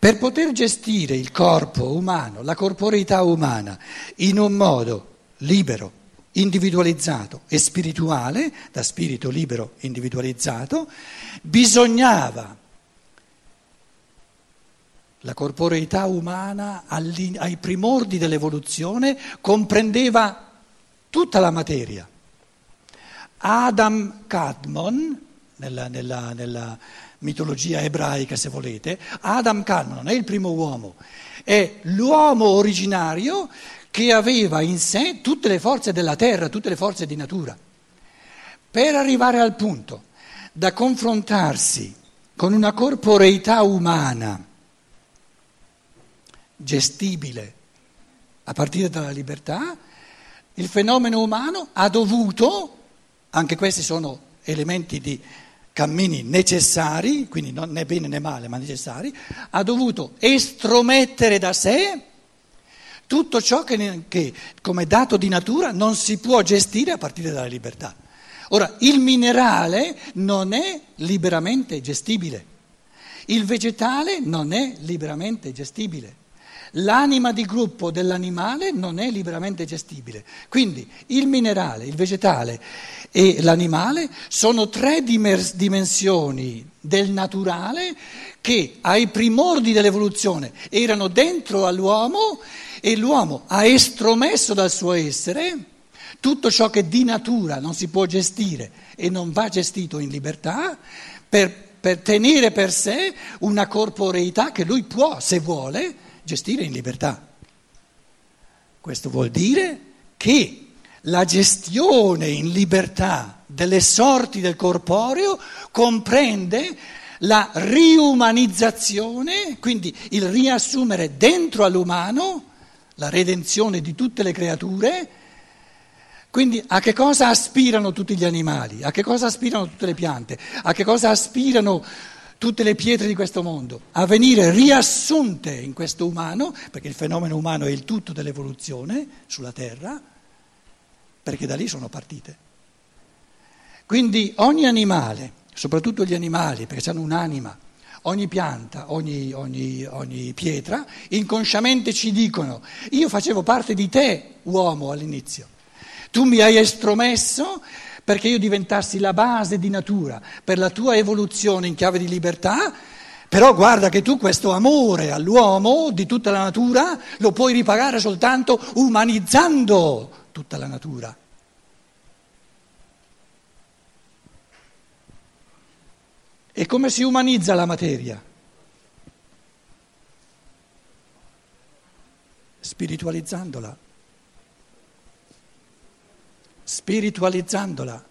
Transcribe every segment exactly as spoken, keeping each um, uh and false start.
Per poter gestire il corpo umano, la corporeità umana, in un modo libero, individualizzato e spirituale, da spirito libero individualizzato, bisognava la corporeità umana ai primordi dell'evoluzione comprendeva tutta la materia. Adam Kadmon, nella, nella, nella mitologia ebraica se volete, Adam Kadmon non è il primo uomo, è l'uomo originario che aveva in sé tutte le forze della terra, tutte le forze di natura. Per arrivare al punto da confrontarsi con una corporeità umana gestibile a partire dalla libertà, il fenomeno umano ha dovuto, anche questi sono elementi di cammini necessari, quindi non né bene né male ma necessari, ha dovuto estromettere da sé tutto ciò che, che come dato di natura non si può gestire a partire dalla libertà. Ora, il minerale non è liberamente gestibile, il vegetale non è liberamente gestibile. L'anima di gruppo dell'animale non è liberamente gestibile. Quindi il minerale, il vegetale e l'animale sono tre dimensioni del naturale che ai primordi dell'evoluzione erano dentro all'uomo e l'uomo ha estromesso dal suo essere tutto ciò che di natura non si può gestire e non va gestito in libertà per, per tenere per sé una corporeità che lui può, se vuole, gestire in libertà. Questo vuol dire che la gestione in libertà delle sorti del corporeo comprende la riumanizzazione, quindi il riassumere dentro all'umano la redenzione di tutte le creature. Quindi a che cosa aspirano tutti gli animali? A che cosa aspirano tutte le piante? A che cosa aspirano tutte le pietre di questo mondo? A venire riassunte in questo umano, perché il fenomeno umano è il tutto dell'evoluzione sulla Terra, perché da lì sono partite. Quindi ogni animale, soprattutto gli animali, perché hanno un'anima, ogni pianta, ogni, ogni, ogni pietra, inconsciamente ci dicono: io facevo parte di te, uomo, all'inizio. Tu mi hai estromesso perché io diventassi la base di natura per la tua evoluzione in chiave di libertà, però guarda che tu questo amore all'uomo di tutta la natura lo puoi ripagare soltanto umanizzando tutta la natura. E come si umanizza la materia? Spiritualizzandola. Spiritualizzandola.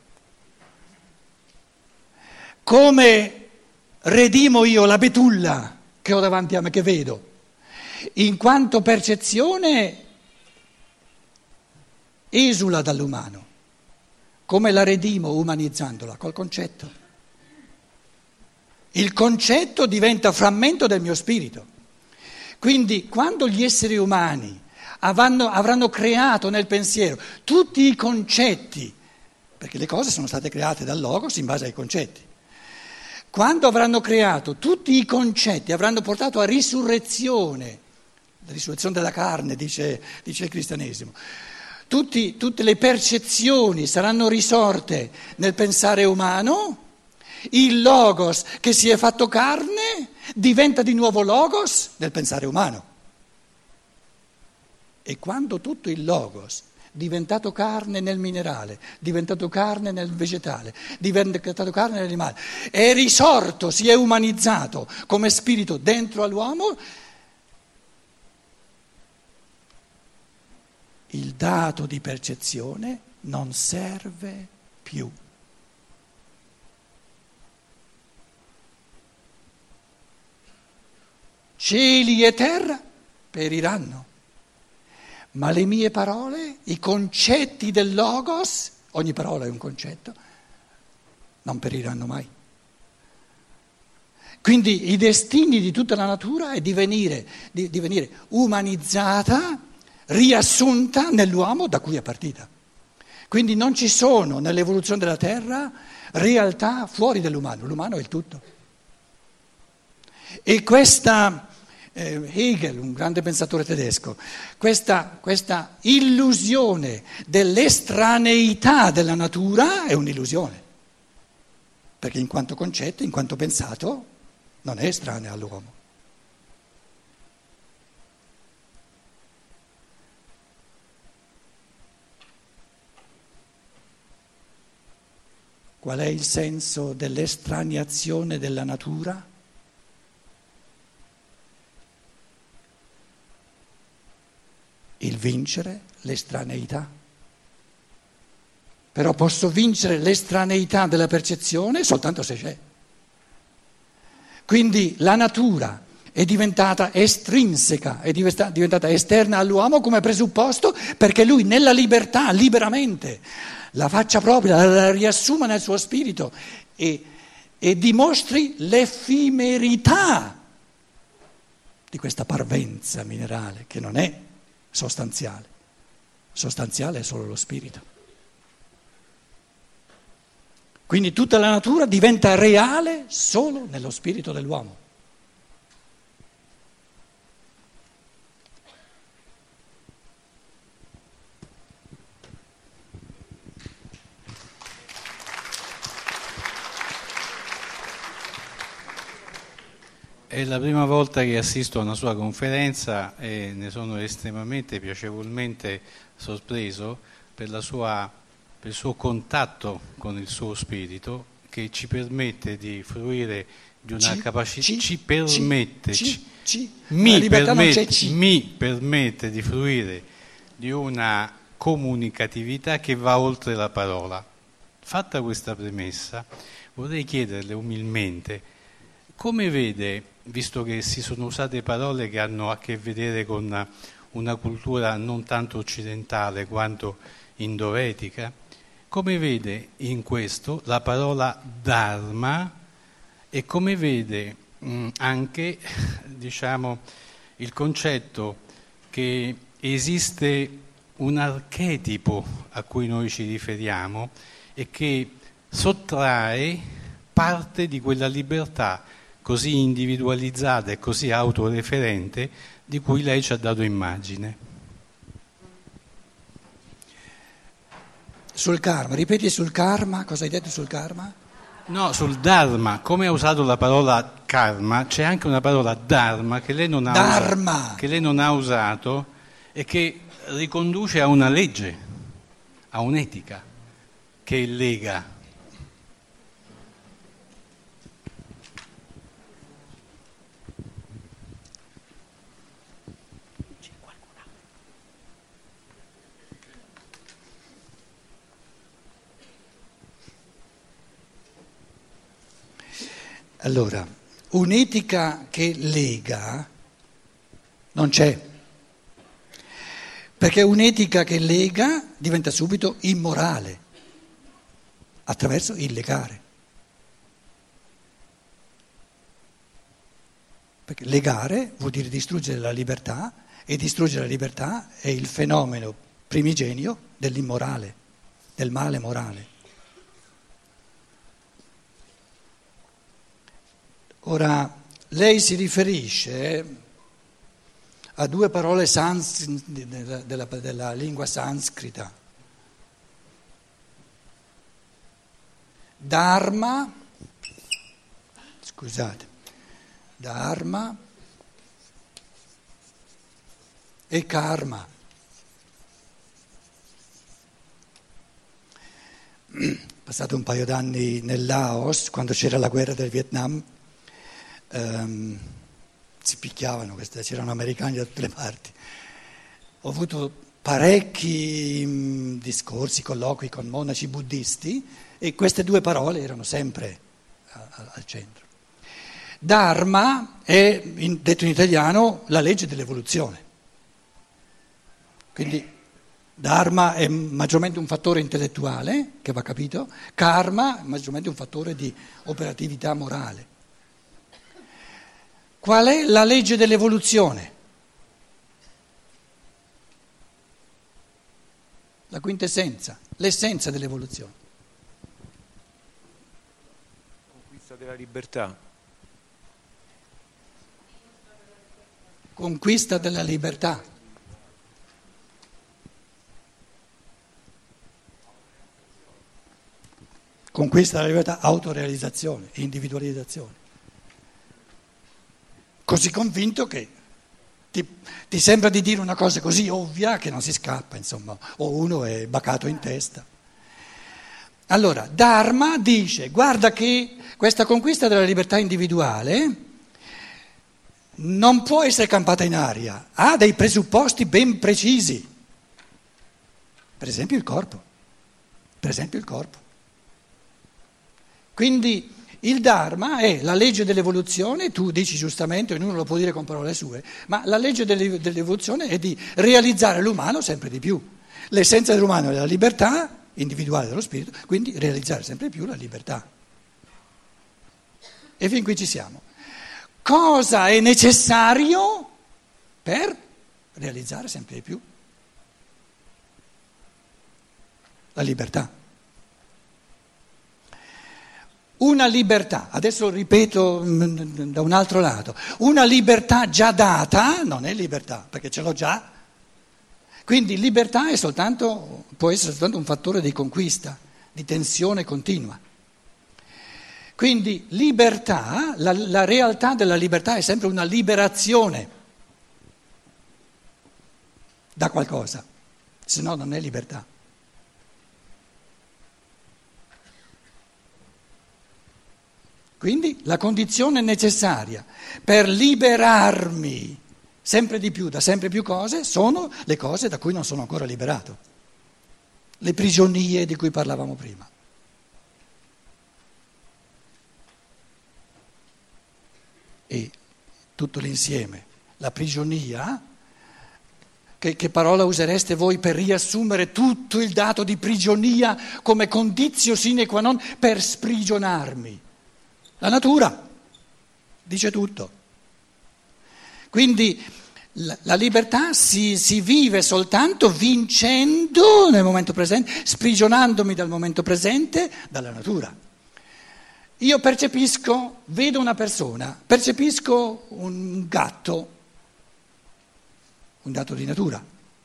Come redimo io la betulla che ho davanti a me, che vedo? In quanto percezione esula dall'umano. Come la redimo umanizzandola? Col concetto. Il concetto diventa frammento del mio spirito. Quindi quando gli esseri umani avranno, avranno creato nel pensiero tutti i concetti, perché le cose sono state create dal Logos in base ai concetti, quando avranno creato tutti i concetti, avranno portato a risurrezione, la risurrezione della carne, dice, dice il cristianesimo, tutti, tutte le percezioni saranno risorte nel pensare umano. Il Logos che si è fatto carne diventa di nuovo Logos nel pensare umano. E quando tutto il Logos, diventato carne nel minerale, diventato carne nel vegetale, diventato carne nell'animale, è risorto, si è umanizzato come spirito dentro all'uomo, il dato di percezione non serve più. Cieli e terra periranno, ma le mie parole, i concetti del Logos, ogni parola è un concetto, non periranno mai. Quindi i destini di tutta la natura è di venire, di, di venire umanizzata, riassunta nell'uomo da cui è partita. Quindi non ci sono nell'evoluzione della terra realtà fuori dell'umano, l'umano è il tutto. E questa eh, Hegel, un grande pensatore tedesco, questa, questa illusione dell'estraneità della natura è un'illusione, perché in quanto concetto, in quanto pensato, non è estranea all'uomo. Qual è il senso dell'estraniazione della natura? Il vincere l'estraneità. Però posso vincere l'estraneità della percezione soltanto se c'è. Quindi la natura è diventata estrinseca, è diventata esterna all'uomo come presupposto perché lui nella libertà, liberamente, la faccia propria, la riassuma nel suo spirito e, e dimostri l'effimerità di questa parvenza minerale che non è sostanziale. Sostanziale è solo lo spirito. Quindi tutta la natura diventa reale solo nello spirito dell'uomo. È la prima volta che assisto a una sua conferenza e ne sono estremamente piacevolmente sorpreso per, la sua, per il suo contatto con il suo spirito che ci permette di fruire di una capacità, ci, ci permette, ci, ci, ci, mi, permette mi permette di fruire di una comunicatività che va oltre la parola. Fatta questa premessa, vorrei chiederle umilmente come vede, visto che si sono usate parole che hanno a che vedere con una cultura non tanto occidentale quanto indoetica, come vede in questo la parola Dharma e come vede mh, anche, diciamo, il concetto che esiste un archetipo a cui noi ci riferiamo e che sottrae parte di quella libertà così individualizzata e così autoreferente di cui lei ci ha dato immagine. Sul karma, ripeti sul karma, cosa hai detto sul karma? No, sul dharma, come ha usato la parola karma, c'è anche una parola dharma che lei non ha, usato, che lei non ha usato e che riconduce a una legge, a un'etica che lega. Allora, un'etica che lega non c'è, perché un'etica che lega diventa subito immorale, attraverso il legare. Perché legare vuol dire distruggere la libertà e distruggere la libertà è il fenomeno primigenio dell'immorale, del male morale. Ora, lei si riferisce a due parole sans, della, della, della lingua sanscrita. Dharma, scusate, dharma e karma. Passato un paio d'anni nel Laos, quando c'era la guerra del Vietnam, Um, si picchiavano, queste, c'erano americani da tutte le parti. Ho avuto parecchi um, discorsi, colloqui con monaci buddisti e queste due parole erano sempre a, a, al centro. Dharma è, in, detto in italiano, la legge dell'evoluzione. Quindi Dharma è maggiormente un fattore intellettuale, che va capito, karma è maggiormente un fattore di operatività morale. Qual è la legge dell'evoluzione? La quintessenza, l'essenza dell'evoluzione. Conquista della libertà. conquista della libertà. Conquista della libertà, autorealizzazione, individualizzazione. Così convinto che ti, ti sembra di dire una cosa così ovvia che non si scappa, insomma, o uno è bacato in testa. Allora, Dharma dice, guarda che questa conquista della libertà individuale non può essere campata in aria, ha dei presupposti ben precisi. Per esempio il corpo, per esempio il corpo. Quindi il Dharma è la legge dell'evoluzione, tu dici giustamente, ognuno lo può dire con parole sue, ma la legge dell'evoluzione è di realizzare l'umano sempre di più. L'essenza dell'umano è la libertà individuale dello spirito, quindi realizzare sempre di più la libertà. E fin qui ci siamo. Cosa è necessario per realizzare sempre di più la libertà? Una libertà, adesso lo ripeto da un altro lato, una libertà già data non è libertà, perché ce l'ho già. Quindi libertà è soltanto, può essere soltanto un fattore di conquista, di tensione continua. Quindi libertà, la, la realtà della libertà è sempre una liberazione da qualcosa, se no non è libertà. Quindi la condizione necessaria per liberarmi sempre di più da sempre più cose sono le cose da cui non sono ancora liberato, le prigionie di cui parlavamo prima. E tutto l'insieme, la prigionia, che, che parola usereste voi per riassumere tutto il dato di prigionia come condizio sine qua non per sprigionarmi? La natura dice tutto. Quindi la, la libertà si, si vive soltanto vincendo nel momento presente, sprigionandomi dal momento presente, dalla natura. Io percepisco, vedo una persona, percepisco un gatto, un dato di natura.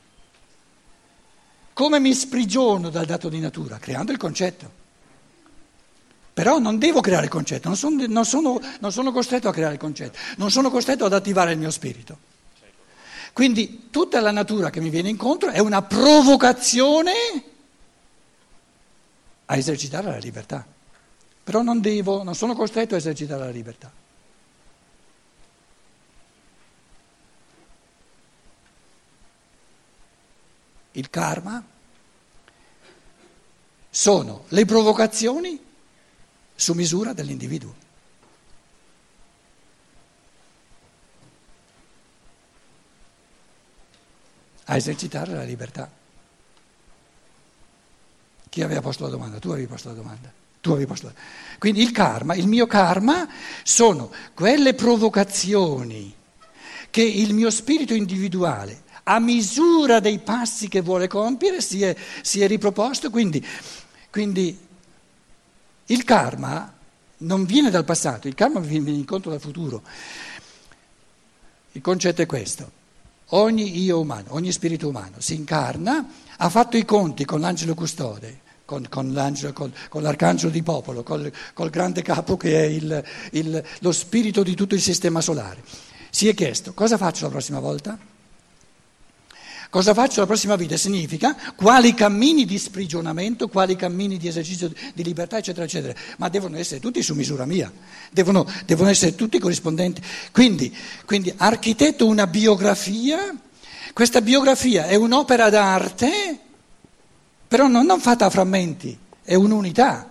Come mi sprigiono dal dato di natura? Creando il concetto. Però non devo creare il concetto, non sono, non, sono, non sono costretto a creare il concetto, non sono costretto ad attivare il mio spirito. Quindi tutta la natura che mi viene incontro è una provocazione a esercitare la libertà. Però non devo, non sono costretto a esercitare la libertà. Il karma sono le provocazioni su misura dell'individuo. A esercitare la libertà. Chi aveva posto la domanda? Tu avevi posto la domanda. Tu avevi posto la... Quindi il karma, il mio karma, sono quelle provocazioni che il mio spirito individuale, a misura dei passi che vuole compiere, si è, si è riproposto. Quindi, quindi il karma non viene dal passato, il karma viene incontro dal futuro. Il concetto è questo: ogni io umano, ogni spirito umano si incarna, ha fatto i conti con l'angelo custode, con, con, l'angelo, con, con l'arcangelo di popolo, col, col grande capo che è il, il, lo spirito di tutto il sistema solare. Si è chiesto: cosa faccio la prossima volta? Cosa faccio la prossima vita? Significa quali cammini di sprigionamento, quali cammini di esercizio di libertà, eccetera, eccetera. Ma devono essere tutti su misura mia, devono, devono essere tutti corrispondenti. Quindi, quindi architetto una biografia, questa biografia è un'opera d'arte, però non, non fatta a frammenti, è un'unità.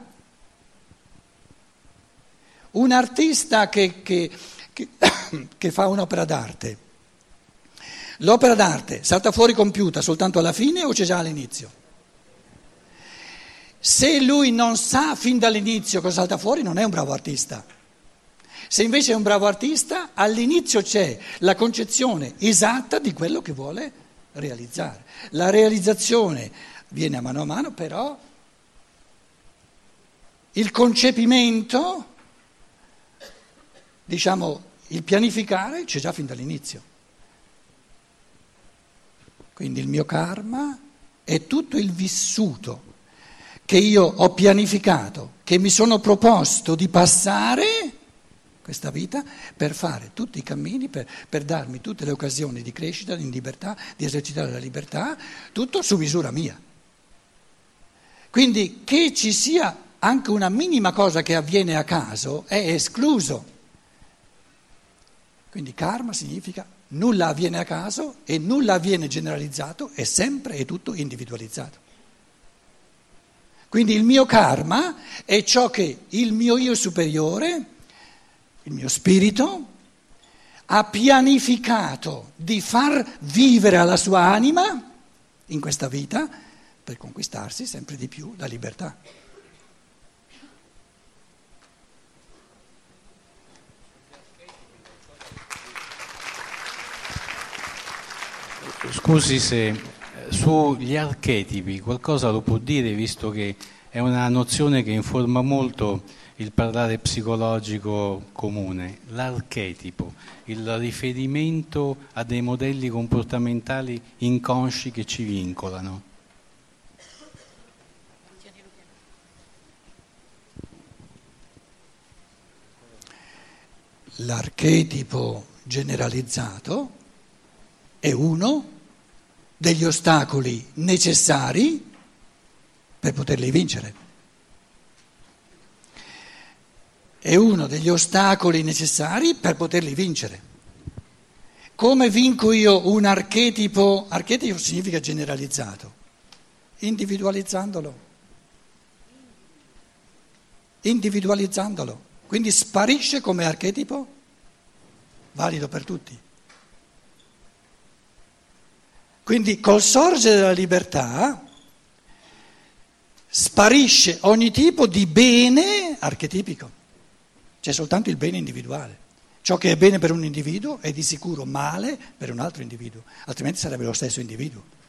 Un artista che, che, che, che fa un'opera d'arte, l'opera d'arte salta fuori compiuta soltanto alla fine o c'è già all'inizio? Se lui non sa fin dall'inizio cosa salta fuori, non è un bravo artista. Se invece è un bravo artista, all'inizio c'è la concezione esatta di quello che vuole realizzare. La realizzazione viene a mano a mano, però il concepimento, diciamo il pianificare, c'è già fin dall'inizio. Quindi il mio karma è tutto il vissuto che io ho pianificato, che mi sono proposto di passare questa vita per fare tutti i cammini, per, per darmi tutte le occasioni di crescita, di libertà, di esercitare la libertà, tutto su misura mia. Quindi che ci sia anche una minima cosa che avviene a caso è escluso. Quindi karma significa nulla avviene a caso e nulla avviene generalizzato, è sempre e tutto individualizzato. Quindi il mio karma è ciò che il mio io superiore, il mio spirito, ha pianificato di far vivere alla sua anima in questa vita per conquistarsi sempre di più la libertà. Scusi se sugli archetipi qualcosa lo può dire, visto che è una nozione che informa molto il parlare psicologico comune. L'archetipo, il riferimento a dei modelli comportamentali inconsci che ci vincolano. L'archetipo generalizzato è uno degli ostacoli necessari per poterli vincere. È uno degli ostacoli necessari per poterli vincere. Come vinco io un archetipo? Archetipo significa generalizzato, individualizzandolo. Individualizzandolo. Quindi sparisce come archetipo, valido per tutti. Quindi col sorgere della libertà sparisce ogni tipo di bene archetipico, c'è soltanto il bene individuale. Ciò che è bene per un individuo è di sicuro male per un altro individuo, altrimenti sarebbe lo stesso individuo.